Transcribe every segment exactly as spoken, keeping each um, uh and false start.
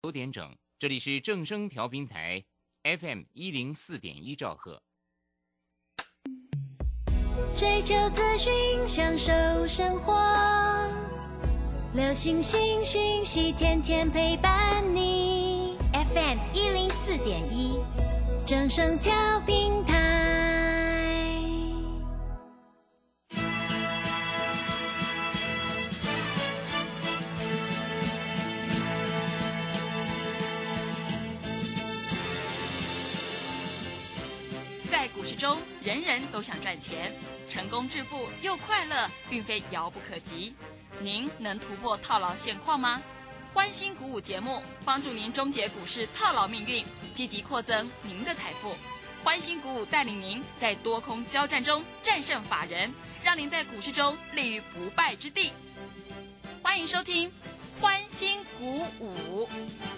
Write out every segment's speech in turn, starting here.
九点整，这里是正声调频台 F M 一零四点一兆赫。 追求资讯，享受生活，流行新讯息，天天陪伴你。F M 一零四点一，正声调频台。 在股市中，人人都想赚钱，成功致富又快乐，并非遥不可及。您能突破套牢现况吗？欢欣鼓舞节目帮助您终结股市套牢命运，积极扩增您的财富。欢欣鼓舞带领您在多空交战中战胜法人，让您在股市中立于不败之地。欢迎收听欢欣鼓舞。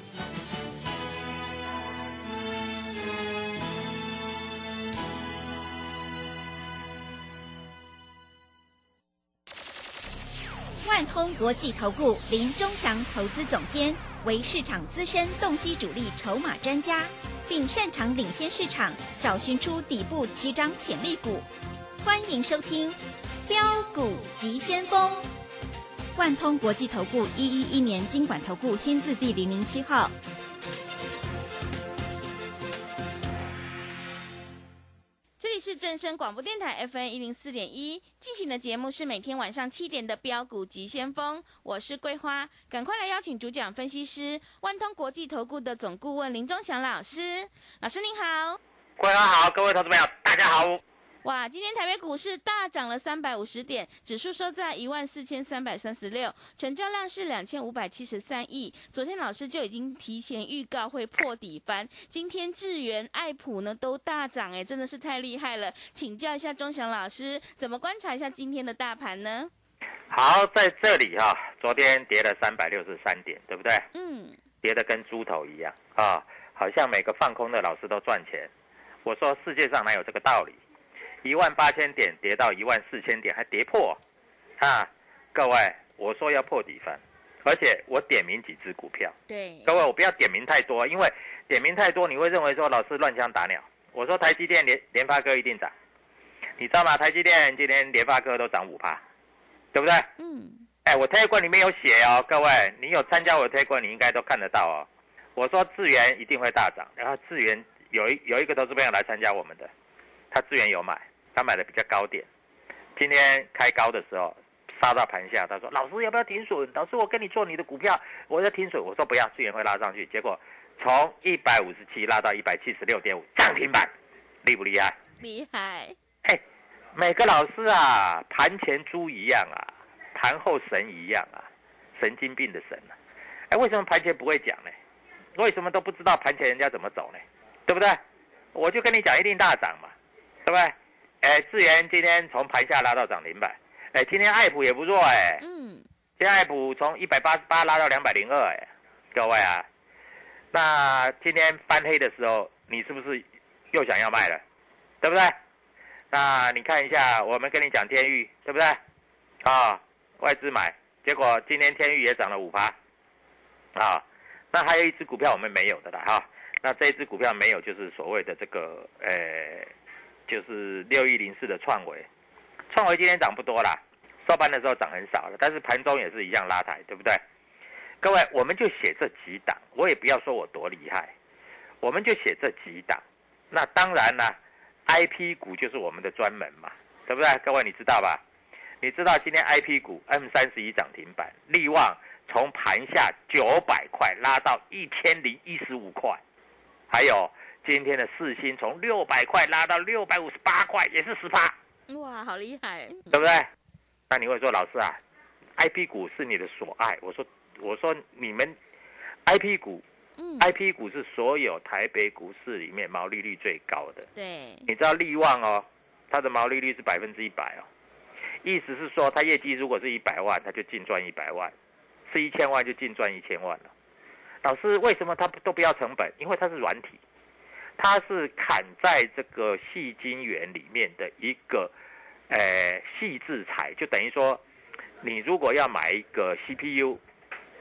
万通国际投顾林钟祥投资总监为市场资深洞悉主力筹码专家，并擅长领先市场，找寻出底部起涨潜力股。欢迎收听标股急先锋。万通国际投顾一一一年金管投顾新字第零零七号。 这里是正声广播电台 F M 一零四点一，进行的节目是每天晚上七点的标股急先锋，我是桂花，赶快来邀请主讲分析师万通国际投顾的总顾问林钟祥老师，老师您好。 桂花好，各位投资朋友大家好。 哇，今天台北股市大涨了三百五十点，指数收在一万四千三百三十六，成交量是两千五百七十三亿。昨天老师就已经提前预告会破底翻，今天智原、爱普呢都大涨，哎，真的是太厉害了。请教一下钟祥老师，怎么观察一下今天的大盘呢？ 好，在这里哈、啊，昨天跌了三百六十三点，对不对？ 嗯， 跌得跟猪头一样啊，好像每个放空的老师都赚钱。我说世界上哪有这个道理？一万八千点跌到一万四千点，还跌破啊！各位，我说要破底翻，而且我点名几只股票。 对， 各位，我不要点名太多，因为点名太多，你会认为说老师乱枪打鸟。我说台积电、联联发科一定涨，你知道吗？台积电今天、联发科都涨五趴，对不对？ 嗯。 哎，我推观里面有写哦，各位，你有参加我的推观，你应该都看得到哦。我说智原一定会大涨，然后智原有一有一个投资朋友来参加我们的。他资源有买，他买的比较高点。今天开高的时候杀到盘下，他说：“老师要不要停损？老师我跟你做你的股票，我要停损。”我说不要，资源会拉上去。结果从一百五十七拉到一百七十六点五，涨停板，厉不厉害？ 厉害！ 哎，每个老师啊，盘前猪一样啊，盘后神一样啊，神经病的神啊！哎，为什么盘前不会讲呢？为什么都不知道盘前人家怎么走呢？对不对？我就跟你讲，一定大涨嘛。对不对？哎，智原今天从盘下拉到涨停板，哎，今天爱普也不错哎， 嗯， 今天爱普从一百八十八拉到两百零二哎，各位啊，那今天翻黑的时候，你是不是又想要卖了？对不对？那你看一下，我们跟你讲天钰，对不对？啊、哦，外资买，结果今天天钰也涨了五趴，啊，那还有一只股票我们没有的啦哈、哦，那这一只股票没有，就是所谓的这个呃。就是六一零四的创维，创维今天涨不多啦，收盘的时候涨很少了，但是盘中也是一样拉抬，对不对？各位，我们就写这几档，我也不要说我多厉害，我们就写这几档。那当然啦 ，I P 股就是我们的专门嘛，对不对？各位你知道吧？你知道今天 I P 股 M 三十一涨停板，力旺从盘下九百块拉到一千零一十五块，还有。今天的世芯从六百块拉到六百五十八块，也是十趴。 哇，好厉害， 对不对？那你会说老师啊 ，I P 股是你的所爱。我说，我说你们 I P 股，嗯 ，I P 股是所有台北股市里面毛利率最高的。 对， 你知道力旺哦，它的毛利率是百分之一百哦，意思是说，它业绩如果是一百万，它就净赚一百万；是一千万就净赚一千万了。老师，为什么它都不要成本？因为它是软体。它是砍在这个矽晶圆里面的一个，呃，矽制材，就等于说，你如果要买一个 C P U，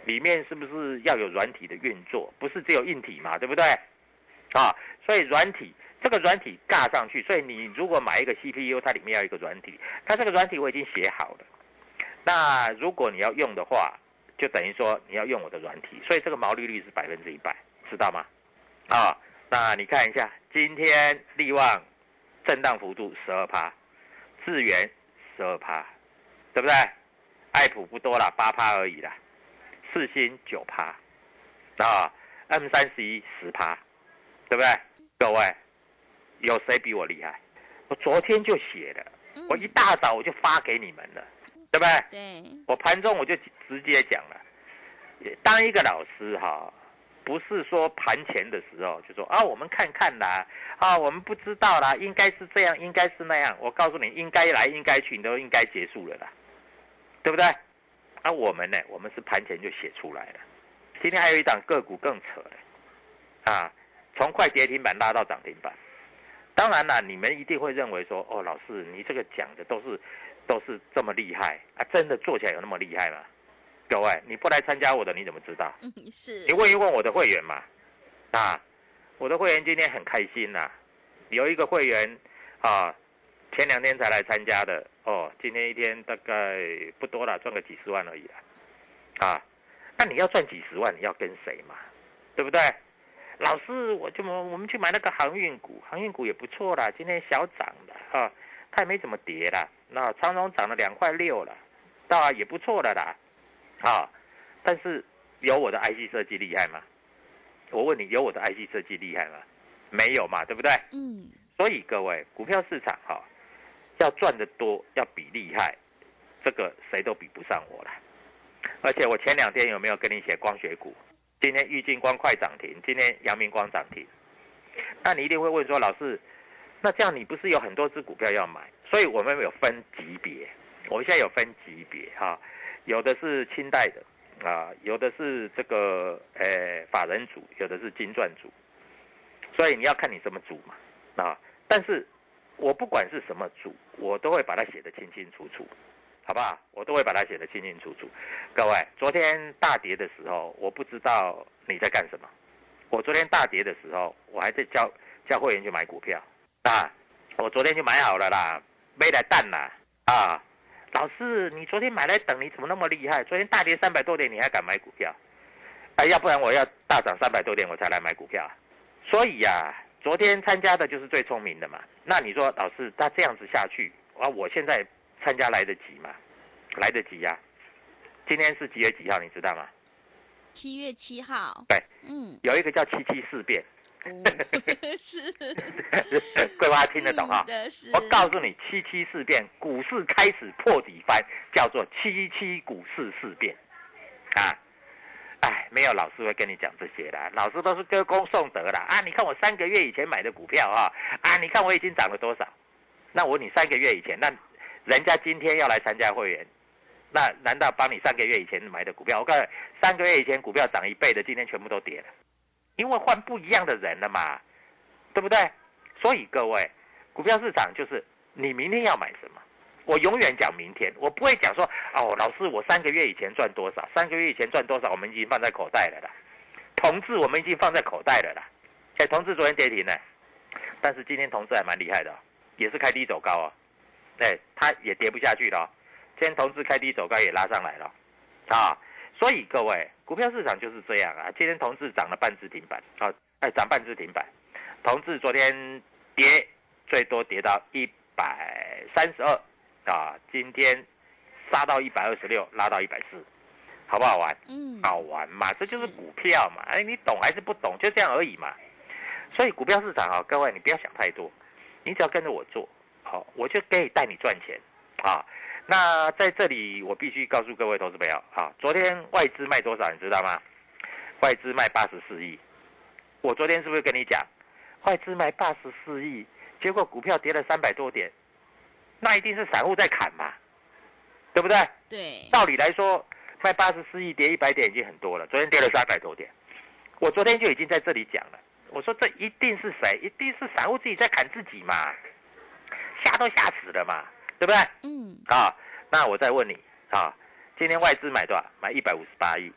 里面是不是要有软体的运作？不是只有硬体嘛，对不对？啊，所以软体这个软体尬上去，所以你如果买一个 C P U， 它里面要一个软体，它这个软体我已经写好了。那如果你要用的话，就等于说你要用我的软体，所以这个毛利率是百分之一百，知道吗？啊，那你看一下，今天力旺震荡幅度十二趴，智原十二趴，对不对？爱普不多了，八趴而已啦。世芯九趴，啊 ，M 三十一十趴，对不对？各位，有谁比我厉害？我昨天就写了， 嗯、 我一大早我就发给你们了，对不对？ 对。 我盘中我就直接讲了，当一个老师哈，不是说盘前的时候就说啊，我们看看啦，啊，我们不知道啦，应该是这样，应该是那样。我告诉你，应该来，应该去，你都应该结束了啦，对不对？啊，我们呢，我们是盘前就写出来了。今天还有一档个股更扯了，啊，从快跌停板拉到涨停板。当然啦，你们一定会认为说，哦，老师，你这个讲的都是都是这么厉害啊？真的做起来有那么厉害吗？各位，你不来参加我的，你怎么知道？ 嗯，是。 你问一问我的会员嘛，啊，我的会员今天很开心呐、啊，有一个会员啊，前两天才来参加的。哦，今天一天大概不多了，赚个几十万而已啦，啊，那你要赚几十万，你要跟谁嘛，对不对？老师，我就我们去买那个航运股，航运股也不错啦，今天小涨了啊，它也没怎么跌啦，那长荣涨了两块六了，啊也不错的啦，啊，但是有我的 I C 设计厉害吗？我问你，有我的 I C 设计厉害吗？没有嘛，对不对？ 嗯。 所以各位，股票市场哈。要赚得多，要比厉害，这个谁都比不上我了。而且我前两天有没有跟你写光学股？今天玉晶光快涨停，今天阳明光涨停。那你一定会问说，老师，那这样你不是有很多只股票要买？所以我们有分级别，我们现在有分级别哈，有的是清代的啊，有的是这个呃法人组，有的是金钻组。所以你要看你什么组嘛啊，但是。我不管是什么组，我都会把它写得清清楚楚，好不好？我都会把它写得清清楚楚。各位，昨天大跌的时候，我不知道你在干什么。我昨天大跌的时候，我还在教教会员去买股票啊。我昨天就买好了啦，没来蛋啦啊！老师，你昨天买来等，你怎么那么厉害？昨天大跌三百多点，你还敢买股票？啊，要不然我要大涨三百多点我才来买股票。所以呀、啊。昨天参加的就是最聪明的嘛，那你说老师，他这样子下去啊，我现在参加来得及吗？来得及呀、啊。今天是几月几号，你知道吗？ 七月七号。 对， 嗯， 有一个叫七七事变。 哦、是。 桂花听得懂啊、 嗯？ 我告诉你，七七事变，股市开始破底翻，叫做七七股市事变，啊。哎，没有老师会跟你讲这些啦，老师都是歌功颂德啦啊！你看我三个月以前买的股票啊，啊，你看我已经涨了多少？那我问你三个月以前，那人家今天要来参加会员，那难道帮你三个月以前买的股票？我告诉你，三个月以前股票涨一倍的，今天全部都跌了，因为换不一样的人了嘛，对不对？所以各位，股票市场就是你明天要买什么？我永远讲明天，我不会讲说哦，老师，我三个月以前赚多少？三个月以前赚多少？我们已经放在口袋了啦。同志，我们已经放在口袋了啦。哎，同志昨天跌停呢，但是今天同志还蛮厉害的、哦，也是开低走高哦。哎，它也跌不下去了、哦。今天同志开低走高也拉上来了，啊，所以各位，股票市场就是这样啊。今天同志涨了半只停板，啊，哎，涨半只停板。同志昨天跌最多跌到一百三十二。啊，今天杀到一百二十六，拉到一百四，好不好玩？ 嗯， 好玩嘛，这就是股票嘛。哎，你懂还是不懂，就这样而已嘛。所以股票市场啊，各位你不要想太多，你只要跟着我做，好，我就可以带你赚钱啊。那在这里我必须告诉各位投资朋友啊，昨天外资卖多少，你知道吗？外资卖八十四亿。我昨天是不是跟你讲，外资卖八十四亿，结果股票跌了三百多点？那一定是散户在砍嘛，对不对？ 对。 道理来说，卖八十四亿跌一百点已经很多了。昨天跌了三百多点，我昨天就已经在这里讲了。我说这一定是谁？一定是散户自己在砍自己嘛，吓都吓死了嘛，对不对？ 嗯。 啊，那我再问你啊，今天外资买多少？买一百五十八亿，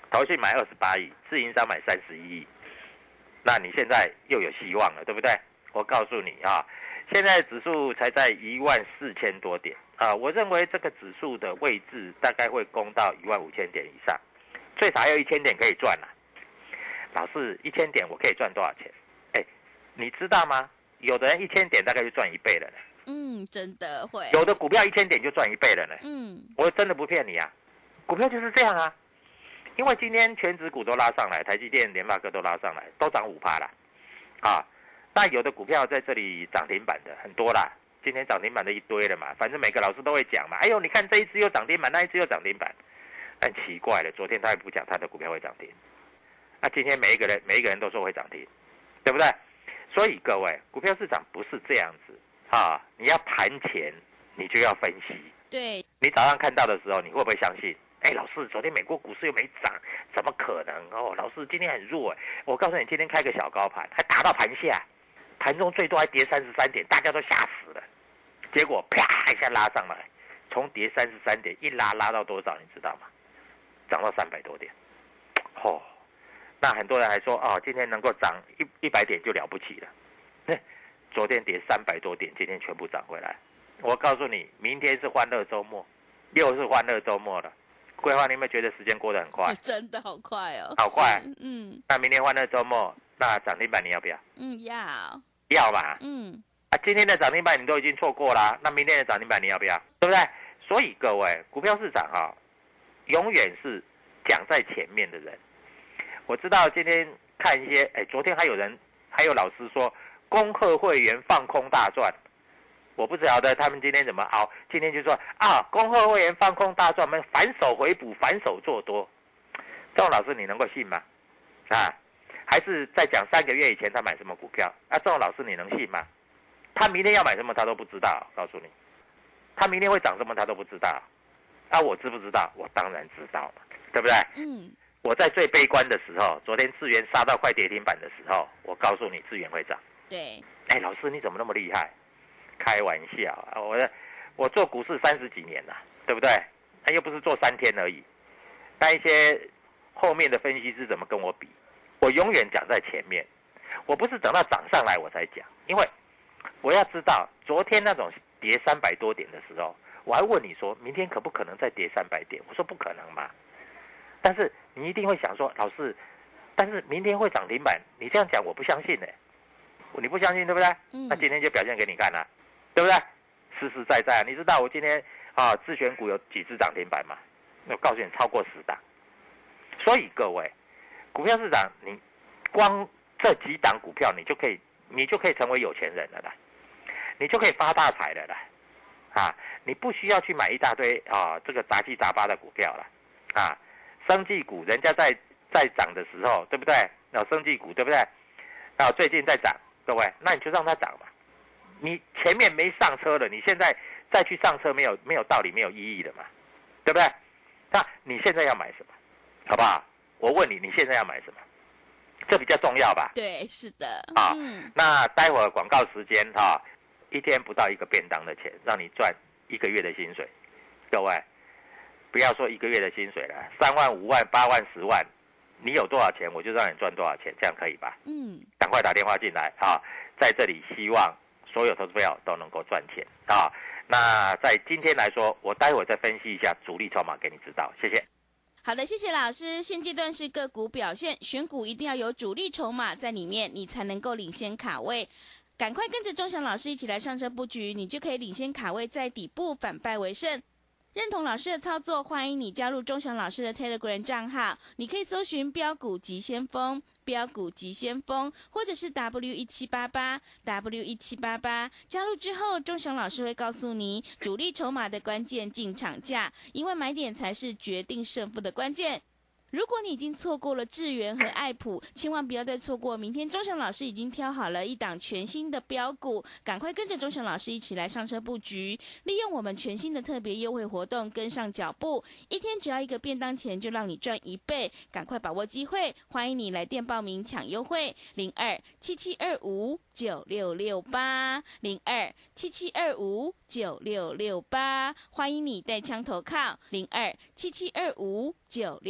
投信买二十八亿，自营商买三十一亿，那你现在又有希望了，对不对？我告诉你啊，现在指数才在一万四千多点啊，我认为这个指数的位置大概会攻到一万五千点以上，最少还有一千点可以赚了。老师，一千点我可以赚多少钱？哎，你知道吗？有的人一千点大概就赚一倍了呢。 嗯，真的会。 有的股票一千点就赚一倍了呢。 嗯， 我真的不骗你啊，股票就是这样啊。因为今天全指股都拉上来，台积电、联发科都拉上来，都涨五趴了，啊，那有的股票在这里涨停板的很多啦，今天涨停板的一堆了嘛，反正每个老师都会讲嘛。哎呦，你看这一只又涨停板，那一只又涨停板，但奇怪了，昨天他也不讲他的股票会涨停，那今天每一个人每一个人都说会涨停，对不对？所以各位，股票市场不是这样子啊，你要盘前你就要分析。 对， 你早上看到的时候，你会不会相信？哎，老师，昨天美国股市又没涨，怎么可能？哦，老师今天很弱哎。我告诉你，今天开个小高盘，还打到盘下，盘中最多还跌三十三点，大家都吓死了。结果啪一下拉上来，从跌三十三点一拉拉到多少？你知道吗？涨到三百多点。哦，那很多人还说哦，今天能够涨一一百点就了不起了。那昨天跌三百多点，今天全部涨回来。我告诉你，明天是欢乐周末，又是欢乐周末了。桂花，你有没有觉得时间过得很快？ 真的好快哦， 好快。 嗯， 那明天欢乐周末，那涨停板你要不要？ 嗯，要， 要嘛。 嗯， 啊，今天的涨停板你都已经错过啦，那明天的涨停板你要不要？对不对？所以各位，股票市场啊，永远是讲在前面的人。我知道今天看一些，哎，昨天还有人，还有老师说，恭贺会员放空大赚。我不晓得他们今天怎么熬，今天就说啊，恭贺会员放空大赚，我们反手回补，反手做多。这种老师你能够信吗？啊，还是在讲三个月以前他买什么股票？啊，这种老师你能信吗？他明天要买什么他都不知道，告诉你，他明天会涨什么他都不知道。啊，我知不知道？我当然知道嘛，对不对？ 嗯。 我在最悲观的时候，昨天智原杀到快跌停板的时候，我告诉你智原会涨。 对。 哎，老师你怎么那么厉害？开玩笑啊！我我做股市三十几年了，对不对？那又不是做三天而已。那一些后面的分析师怎么跟我比？我永远讲在前面，我不是等到涨上来我才讲，因为我要知道昨天那种跌三百多点的时候，我还问你说明天可不可能再跌三百点？我说不可能嘛。但是你一定会想说，老师，但是明天会涨停板，你这样讲我不相信呢、欸。你不相信对不对？ 嗯。 那今天就表现给你看了、啊。对不对？实实在在，你知道我今天啊自选股有几只涨停板吗？我告诉你，超过十档。所以各位，股票市场，你光这几档股票，你就可以，你就可以成为有钱人了啦，你就可以发大财了啦。啊，你不需要去买一大堆啊这个杂七杂八的股票了。啊，生技股人家在在涨的时候，对不对？那生技股对不对？啊，最近在涨，各位，那你就让它涨嘛。你前面没上车了，你现在再去上车没有没有道理，没有意义的嘛，对不对？那你现在要买什么？好不好？我问你，你现在要买什么？这比较重要吧？ 对，是的。 啊， 嗯、 那待会儿广告时间哈、啊，一天不到一个便当的钱，让你赚一个月的薪水。各位，不要说一个月的薪水了，三万、五万、八万、十万，你有多少钱，我就让你赚多少钱，这样可以吧？ 嗯， 赶快打电话进来啊，在这里希望所有投资朋友都能够赚钱啊！那在今天来说，我待会再分析一下主力筹码给你知道，谢谢。 好的，谢谢老师。现阶段是个股表现，选股一定要有主力筹码在里面，你才能够领先卡位。赶快跟着钟祥老师一起来上车布局，你就可以领先卡位，在底部反败为胜。认同老师的操作，欢迎你加入钟祥老师的 Telegram 账号，你可以搜寻标股急先锋。标股急先锋，或者是 W 一七八八 W 一七八八，加入之后，钟祥老师会告诉你主力筹码的关键进场价，因为买点才是决定胜负的关键。如果你已经错过了智原和爱普，千万不要再错过。明天钟祥老师已经挑好了一档全新的标股，赶快跟着钟祥老师一起来上车布局，利用我们全新的特别优惠活动跟上脚步，一天只要一个便当钱就让你赚一倍，赶快把握机会！欢迎你来电报名抢优惠，零二七七二五九六六八零二七七二五九六六八，欢迎你带枪投靠零二七七二五九六六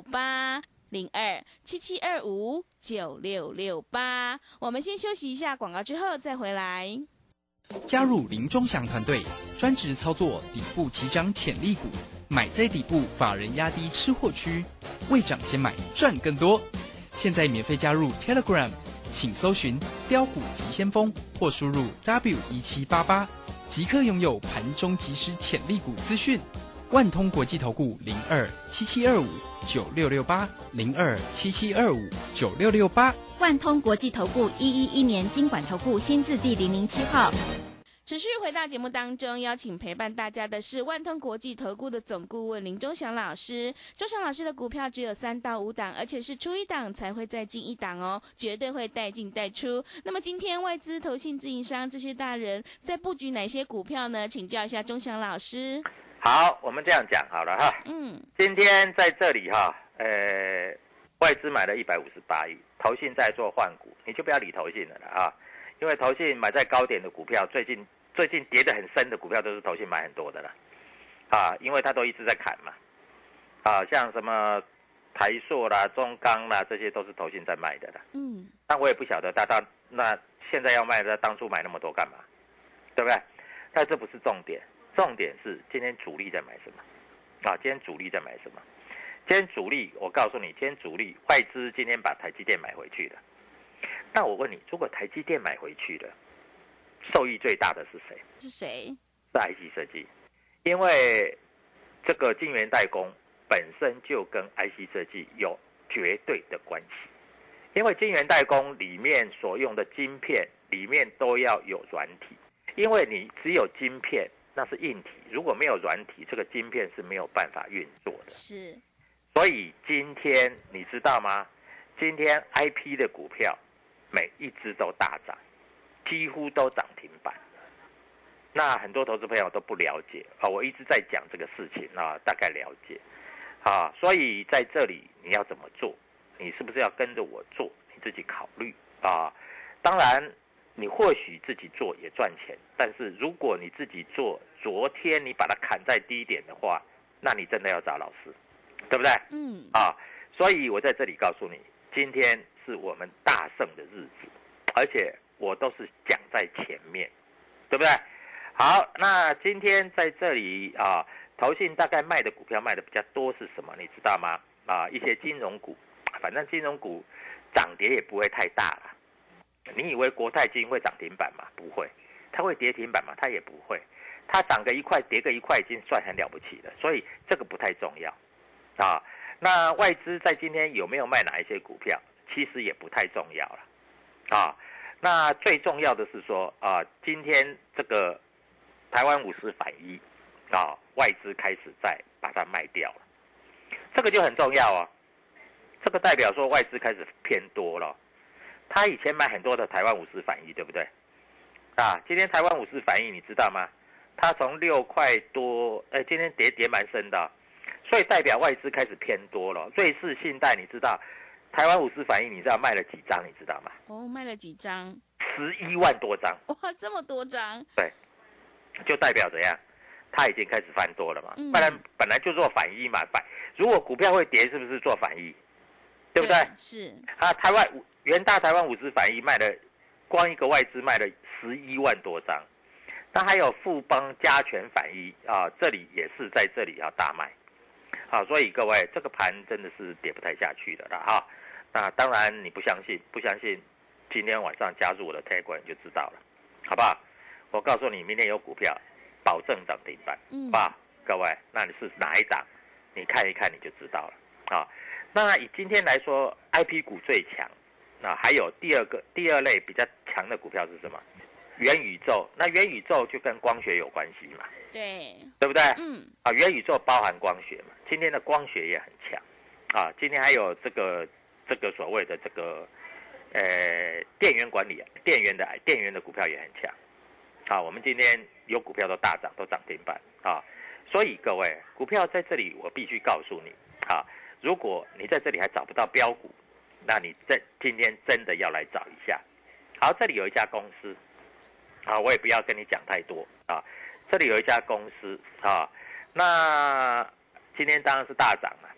八零二七七二五九六六八。我们先休息一下广告，之后再回来。 加入林钟祥团队，专职操作底部起涨潜力股，买在底部，法人压低吃货区，未涨先买赚更多。现在免费加入 Telegram， 请搜寻标股急先锋或输入 W 一七八八，即刻拥有盘中即时潜力股资讯。万通国际投顾零二七七二五九六六八零二七七二五九六六八。 万通国际投顾一一一年金管投顾新字第零零七号。 持续回到节目当中，邀请陪伴大家的是万通国际投顾的总顾问林钟祥老师。钟祥老师的股票只有三到五档，而且是出一档才会再进一档哦，绝对会带进带出。那么今天外资、投信、自营商这些大人在布局哪些股票呢？请教一下钟祥老师。 好，我们这样讲好了哈。 嗯， 今天在这里哈，呃，外资买了一百五十八亿，投信在做换股，你就不要理投信了啦啊，因为投信买在高点的股票，最近最近跌得很深的股票都是投信买很多的啦，啊，因为它都一直在砍嘛，啊，像什么台塑啦、中钢啦，这些都是投信在卖的啦。 嗯， 那我也不晓得他当那现在要卖的，当初买那么多干嘛？对不对？但这不是重点。重点是今天主力在买什么啊？今天主力在买什么？今天主力，我告诉你，今天主力外资今天把台积电买回去了。那我问你，如果台积电买回去了，受益最大的是谁？ 是谁？ 是 I C 设计，因为这个晶圆代工本身就跟 I C 设计有绝对的关系，因为晶圆代工里面所用的晶片里面都要有软体，因为你只有晶片。那是硬体，如果没有软体，这个晶片是没有办法运作的。 是， 所以今天你知道吗？今天 I P 的股票每一只都大涨，几乎都涨停板。那很多投资朋友都不了解啊，我一直在讲这个事情啊，大概了解啊。所以在这里你要怎么做？你是不是要跟着我做？你自己考虑啊。当然。你或许自己做也赚钱，但是如果你自己做，昨天你把它砍在低点的话，那你真的要找老师，对不对？ 嗯。 啊，所以我在这里告诉你，今天是我们大胜的日子，而且我都是讲在前面，对不对？好，那今天在这里啊，投信大概卖的股票卖的比较多是什么？你知道吗？啊，一些金融股，反正金融股涨跌也不会太大了。你以为国泰金会涨停板吗？不会，它会跌停板吗？它也不会，它涨个一块跌个一块已经算很了不起了，所以这个不太重要啊。那外资在今天有没有卖哪一些股票，其实也不太重要了啊。那最重要的是说啊，今天这个台湾五十反一啊，外资开始在把它卖掉了，这个就很重要哦。这个代表说外资开始偏多了。他以前买很多的台湾五十反一，对不对？啊，今天台湾五十反一，你知道吗？它从六块多，哎，今天跌跌蛮深的，所以代表外资开始偏多了。瑞士信贷，你知道台湾五十反一，你知道卖了几张？你知道吗？ 哦，卖了几张？ 十一万多张。 哇，这么多张？ 对，就代表怎样？它已经开始翻多了嘛。 嗯、 不然本来就做反一嘛，反如果股票会跌，是不是做反一？对不对？ 对是啊，台湾元大台湾五十反一卖了，光一个外资卖了十一万多张，那还有富邦加权反一啊，这里也是在这里要大卖，啊，所以各位这个盘真的是跌不太下去的了哈。那当然你不相信，不相信，今天晚上加入我的 Telegram 就知道了，好不好？我告诉你，明天有股票保证涨停板， 嗯， 好不好？各位，那你是哪一档？你看一看你就知道了啊。那以今天来说 ，I P 股最强，那还有第二个第二类比较强的股票是什么？元宇宙。那元宇宙就跟光学有关系嘛， 对， 对不对？ 嗯， 啊，元宇宙包含光学嘛，今天的光学也很强，啊，今天还有这个这个所谓的这个呃电源管理，电源的电源的股票也很强，啊，我们今天有股票都大涨，都涨停板啊，所以各位股票在这里我必须告诉你啊。如果你在这里还找不到标股，那你这今天真的要来找一下。好，这里有一家公司，啊，我也不要跟你讲太多啊。这里有一家公司啊，那今天当然是大涨了，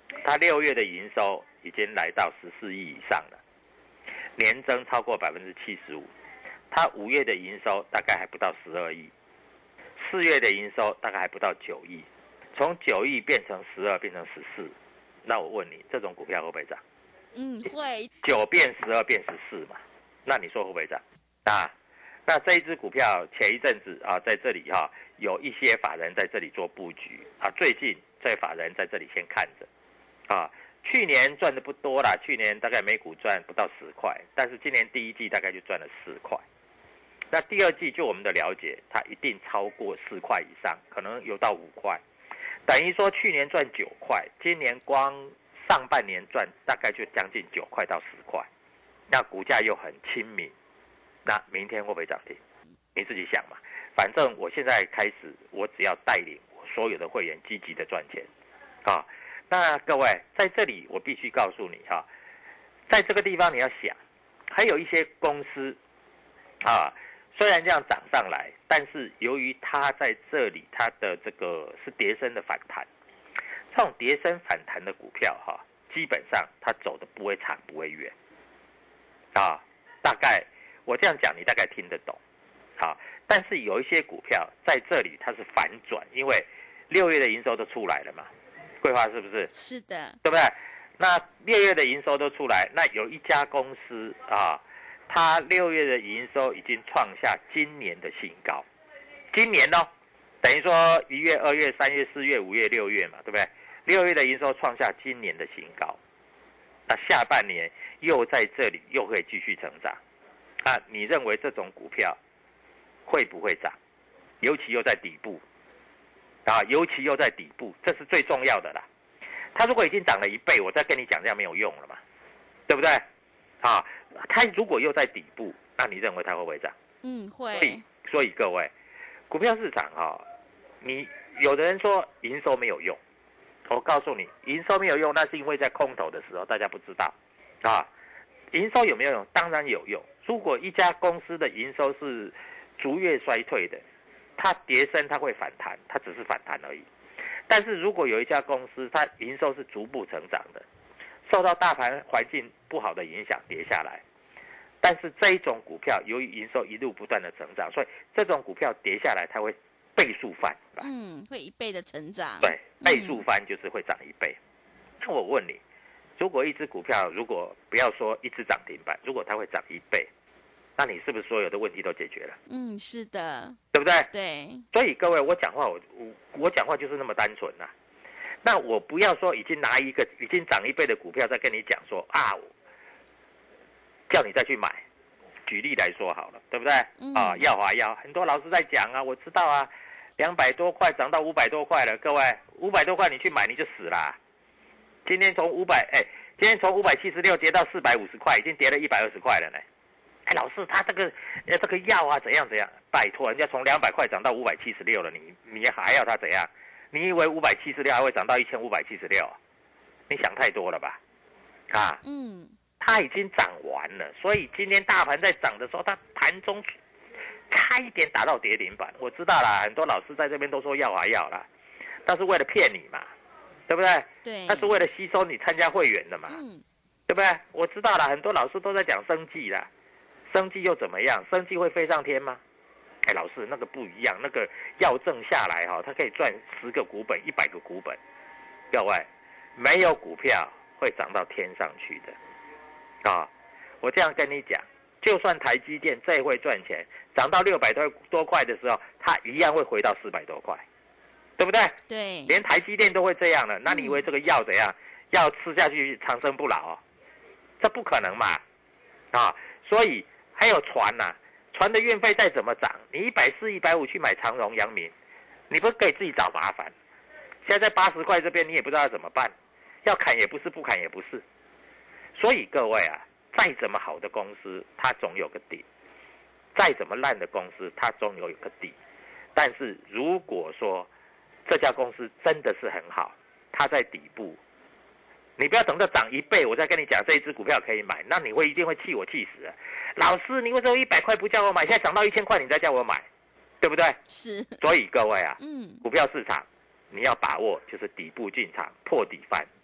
它六月的营收已经来到十四亿以上了，年增超过百分之七十五。它五月的营收大概还不到十二亿，四月的营收大概还不到九亿，从九亿变成十二，变成十四。那我问你，这种股票会不会涨？ 嗯，会。 九变十二变十四嘛？那你说会不会涨？啊？那这一只股票前一阵子啊，在这里哈、啊，有一些法人在这里做布局啊，最近这法人在这里先看着，啊，去年赚的不多啦，去年大概每股赚不到十块，但是今年第一季大概就赚了四块，那第二季就我们的了解，它一定超过四块以上，可能有到五块，等于说去年赚九块，今年光上半年赚大概就将近九块到十块，那股价又很亲民。那明天会不会涨停？你自己想嘛。反正我现在开始，我只要带领我所有的会员积极的赚钱，啊，那各位在这里我必须告诉你哈，在这个地方你要想，还有一些公司，啊，虽然这样涨上来，但是由于它在这里它的这个是跌升的反弹，这种跌升反弹的股票哈，基本上它走的不会长不会远，啊，大概。我这样讲，你大概听得懂，好。但是有一些股票在这里它是反转，因为六月的营收都出来了嘛，桂花是不是？ 是的， 对不对？那六月的营收都出来，那有一家公司啊，它六月的营收已经创下今年的新高，今年哦，等于说一月、二月、三月、四月、五月、六月嘛，对不对？六月的营收创下今年的新高，那下半年又在这里又会继续成长。啊，你认为这种股票会不会涨？尤其又在底部，啊，尤其又在底部，这是最重要的啦。它如果已经涨了一倍，我再跟你讲这样没有用了嘛，对不对？啊，它如果又在底部，那你认为它会不会涨？ 嗯，会。 所以，所以各位，股票市场啊，你有的人说营收没有用，我告诉你，营收没有用，那是因为在空头的时候大家不知道，啊，营收有没有用？当然有用。如果一家公司的营收是逐月衰退的，它跌升它会反弹，它只是反弹而已。但是如果有一家公司它营收是逐步成长的，受到大盘环境不好的影响跌下来，但是这一种股票由于营收一路不断的成长，所以这种股票跌下来它会倍数翻， 嗯，会一倍的成长。 对，倍数翻就是会涨一倍。那、嗯、我问你，如果一只股票如果不要说一只涨停板，如果它会涨一倍，那你是不是所有的问题都解决了？ 嗯，是的， 对不对？ 对。所以各位，我讲话我我我讲话就是那么单纯呐、啊。那我不要说已经拿一个已经涨一倍的股票再跟你讲说啊，叫你再去买。举例来说好了，对不对？嗯、啊，耀华耀，很多老师在讲啊，我知道啊，两百多块涨到五百多块了，各位，五百多块你去买你就死啦。今天从五百哎，今天从五百七十六跌到四百五十块，已经跌了一百二十块了呢。哎，老师，他这个这个药啊，怎样怎样？拜托，人家从两百块涨到五百七十六了，你你还要他怎样？你以为五百七十六还会涨到一千五百七十六？你想太多了吧？啊， 嗯， 它已经涨完了，所以今天大盘在涨的时候，它盘中差一点打到跌停板。我知道啦，很多老师在这边都说要啊要啦，但是为了骗你嘛，对不对？ 对， 那是为了吸收你参加会员的嘛， 嗯， 对不对？我知道啦，很多老师都在讲生技啦。生技又怎么样？生技会飞上天吗？哎，老师，那个不一样，那个药证下来哈、哦，它可以赚十个股本、一百个股本。各位，没有股票会涨到天上去的啊！我这样跟你讲，就算台积电再会赚钱，涨到六百多多块的时候，它一样会回到四百多块，对不对？ 对， 连台积电都会这样了，那你以为这个药怎样？药吃下去长生不老、哦？这不可能嘛！啊，所以。还有船呐、啊，船的运费再怎么涨，你一百四、一百五去买长荣、阳明，你不是给自己找麻烦？现在在八十块这边，你也不知道要怎么办，要砍也不是，不砍也不是。所以各位啊，再怎么好的公司，它总有个底；再怎么烂的公司，它总有一个底。但是如果说这家公司真的是很好，它在底部。你不要等到涨一倍，我再跟你讲这一只股票可以买，那你会一定会气我气死了。老师，你为什么一百块不叫我买，现在涨到一千块你再叫我买，对不对？ 是。 所以各位啊， 嗯， 股票市场你要把握就是底部进场，破底翻。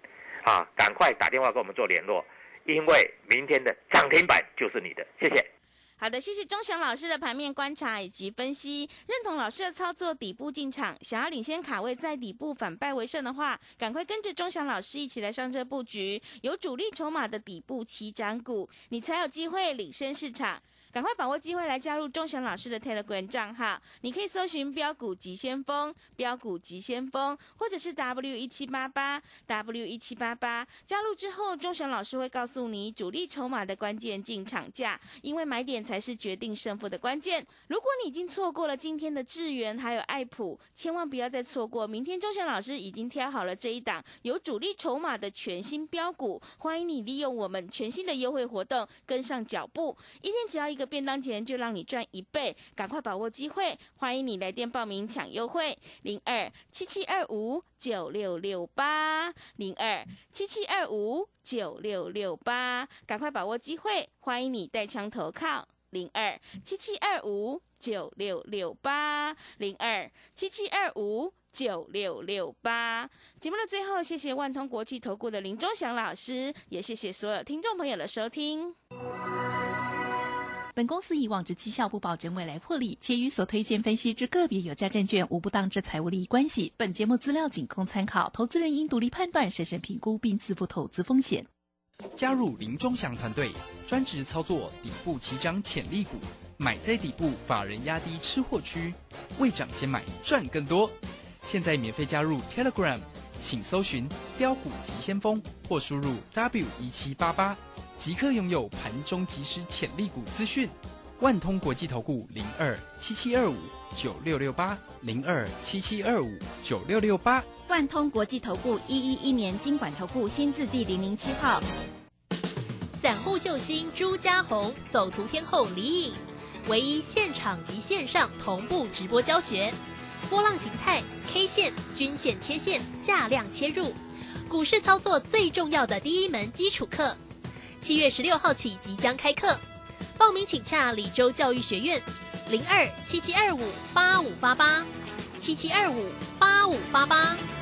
啊，赶快打电话跟我们做联络，因为明天的涨停板就是你的。谢谢。 好的，谢谢钟祥老师的盘面观察以及分析，认同老师的操作，底部进场，想要领先卡位在底部反败为胜的话，赶快跟着钟祥老师一起来上车布局，有主力筹码的底部起涨股，你才有机会领先市场。赶快把握机会来加入钟祥老师的 Telegram 账号，你可以搜寻标股急先锋、标股急先锋，或者是 W 一七八八 W 一七八八。加入之后，钟祥老师会告诉你主力筹码的关键进场价，因为买点才是决定胜负的关键。如果你已经错过了今天的智原还有爱普，千万不要再错过。明天钟祥老师已经挑好了这一档有主力筹码的全新标股，欢迎你利用我们全新的优惠活动跟上脚步，一天只要一个便当钱就让你赚一倍，赶快把握机会！欢迎你来电报名抢优惠，零二七七二五九六六八，零二七七二五九六六八，赶快把握机会！欢迎你带枪投靠，零二七七二五九六六八，零二七七二五九六六八。节目的最后，谢谢万通国际投顾的林钟祥老师，也谢谢所有听众朋友的收听。 本公司以往之绩效不保证未来获利，且与所推荐分析之个别有价证券无不当之财务利益关系。本节目资料仅供参考，投资人应独立判断、审慎评估并自负投资风险。 加入林钟祥团队，专职操作底部起涨潜力股，买在底部，法人压低吃货区，未涨先买赚更多。现在免费加入 Telegram， 请搜寻标股急先锋或输入 W 一七八八。即刻拥有盘中即时潜力股资讯，万通国际投顾零二七七二五九六六八零二七七二五九六六八， 万通国际投顾一一一年金管投顾新字第零零七号。 散户救星朱家红，走图天后李颖，唯一现场及线上同步直播教学，波浪形态、K 线、均线切线、价量切入，股市操作最重要的第一门基础课。七月十六号起即将开课，报名请洽李州教育学院零二七七二五八五八八七七二五八五八八。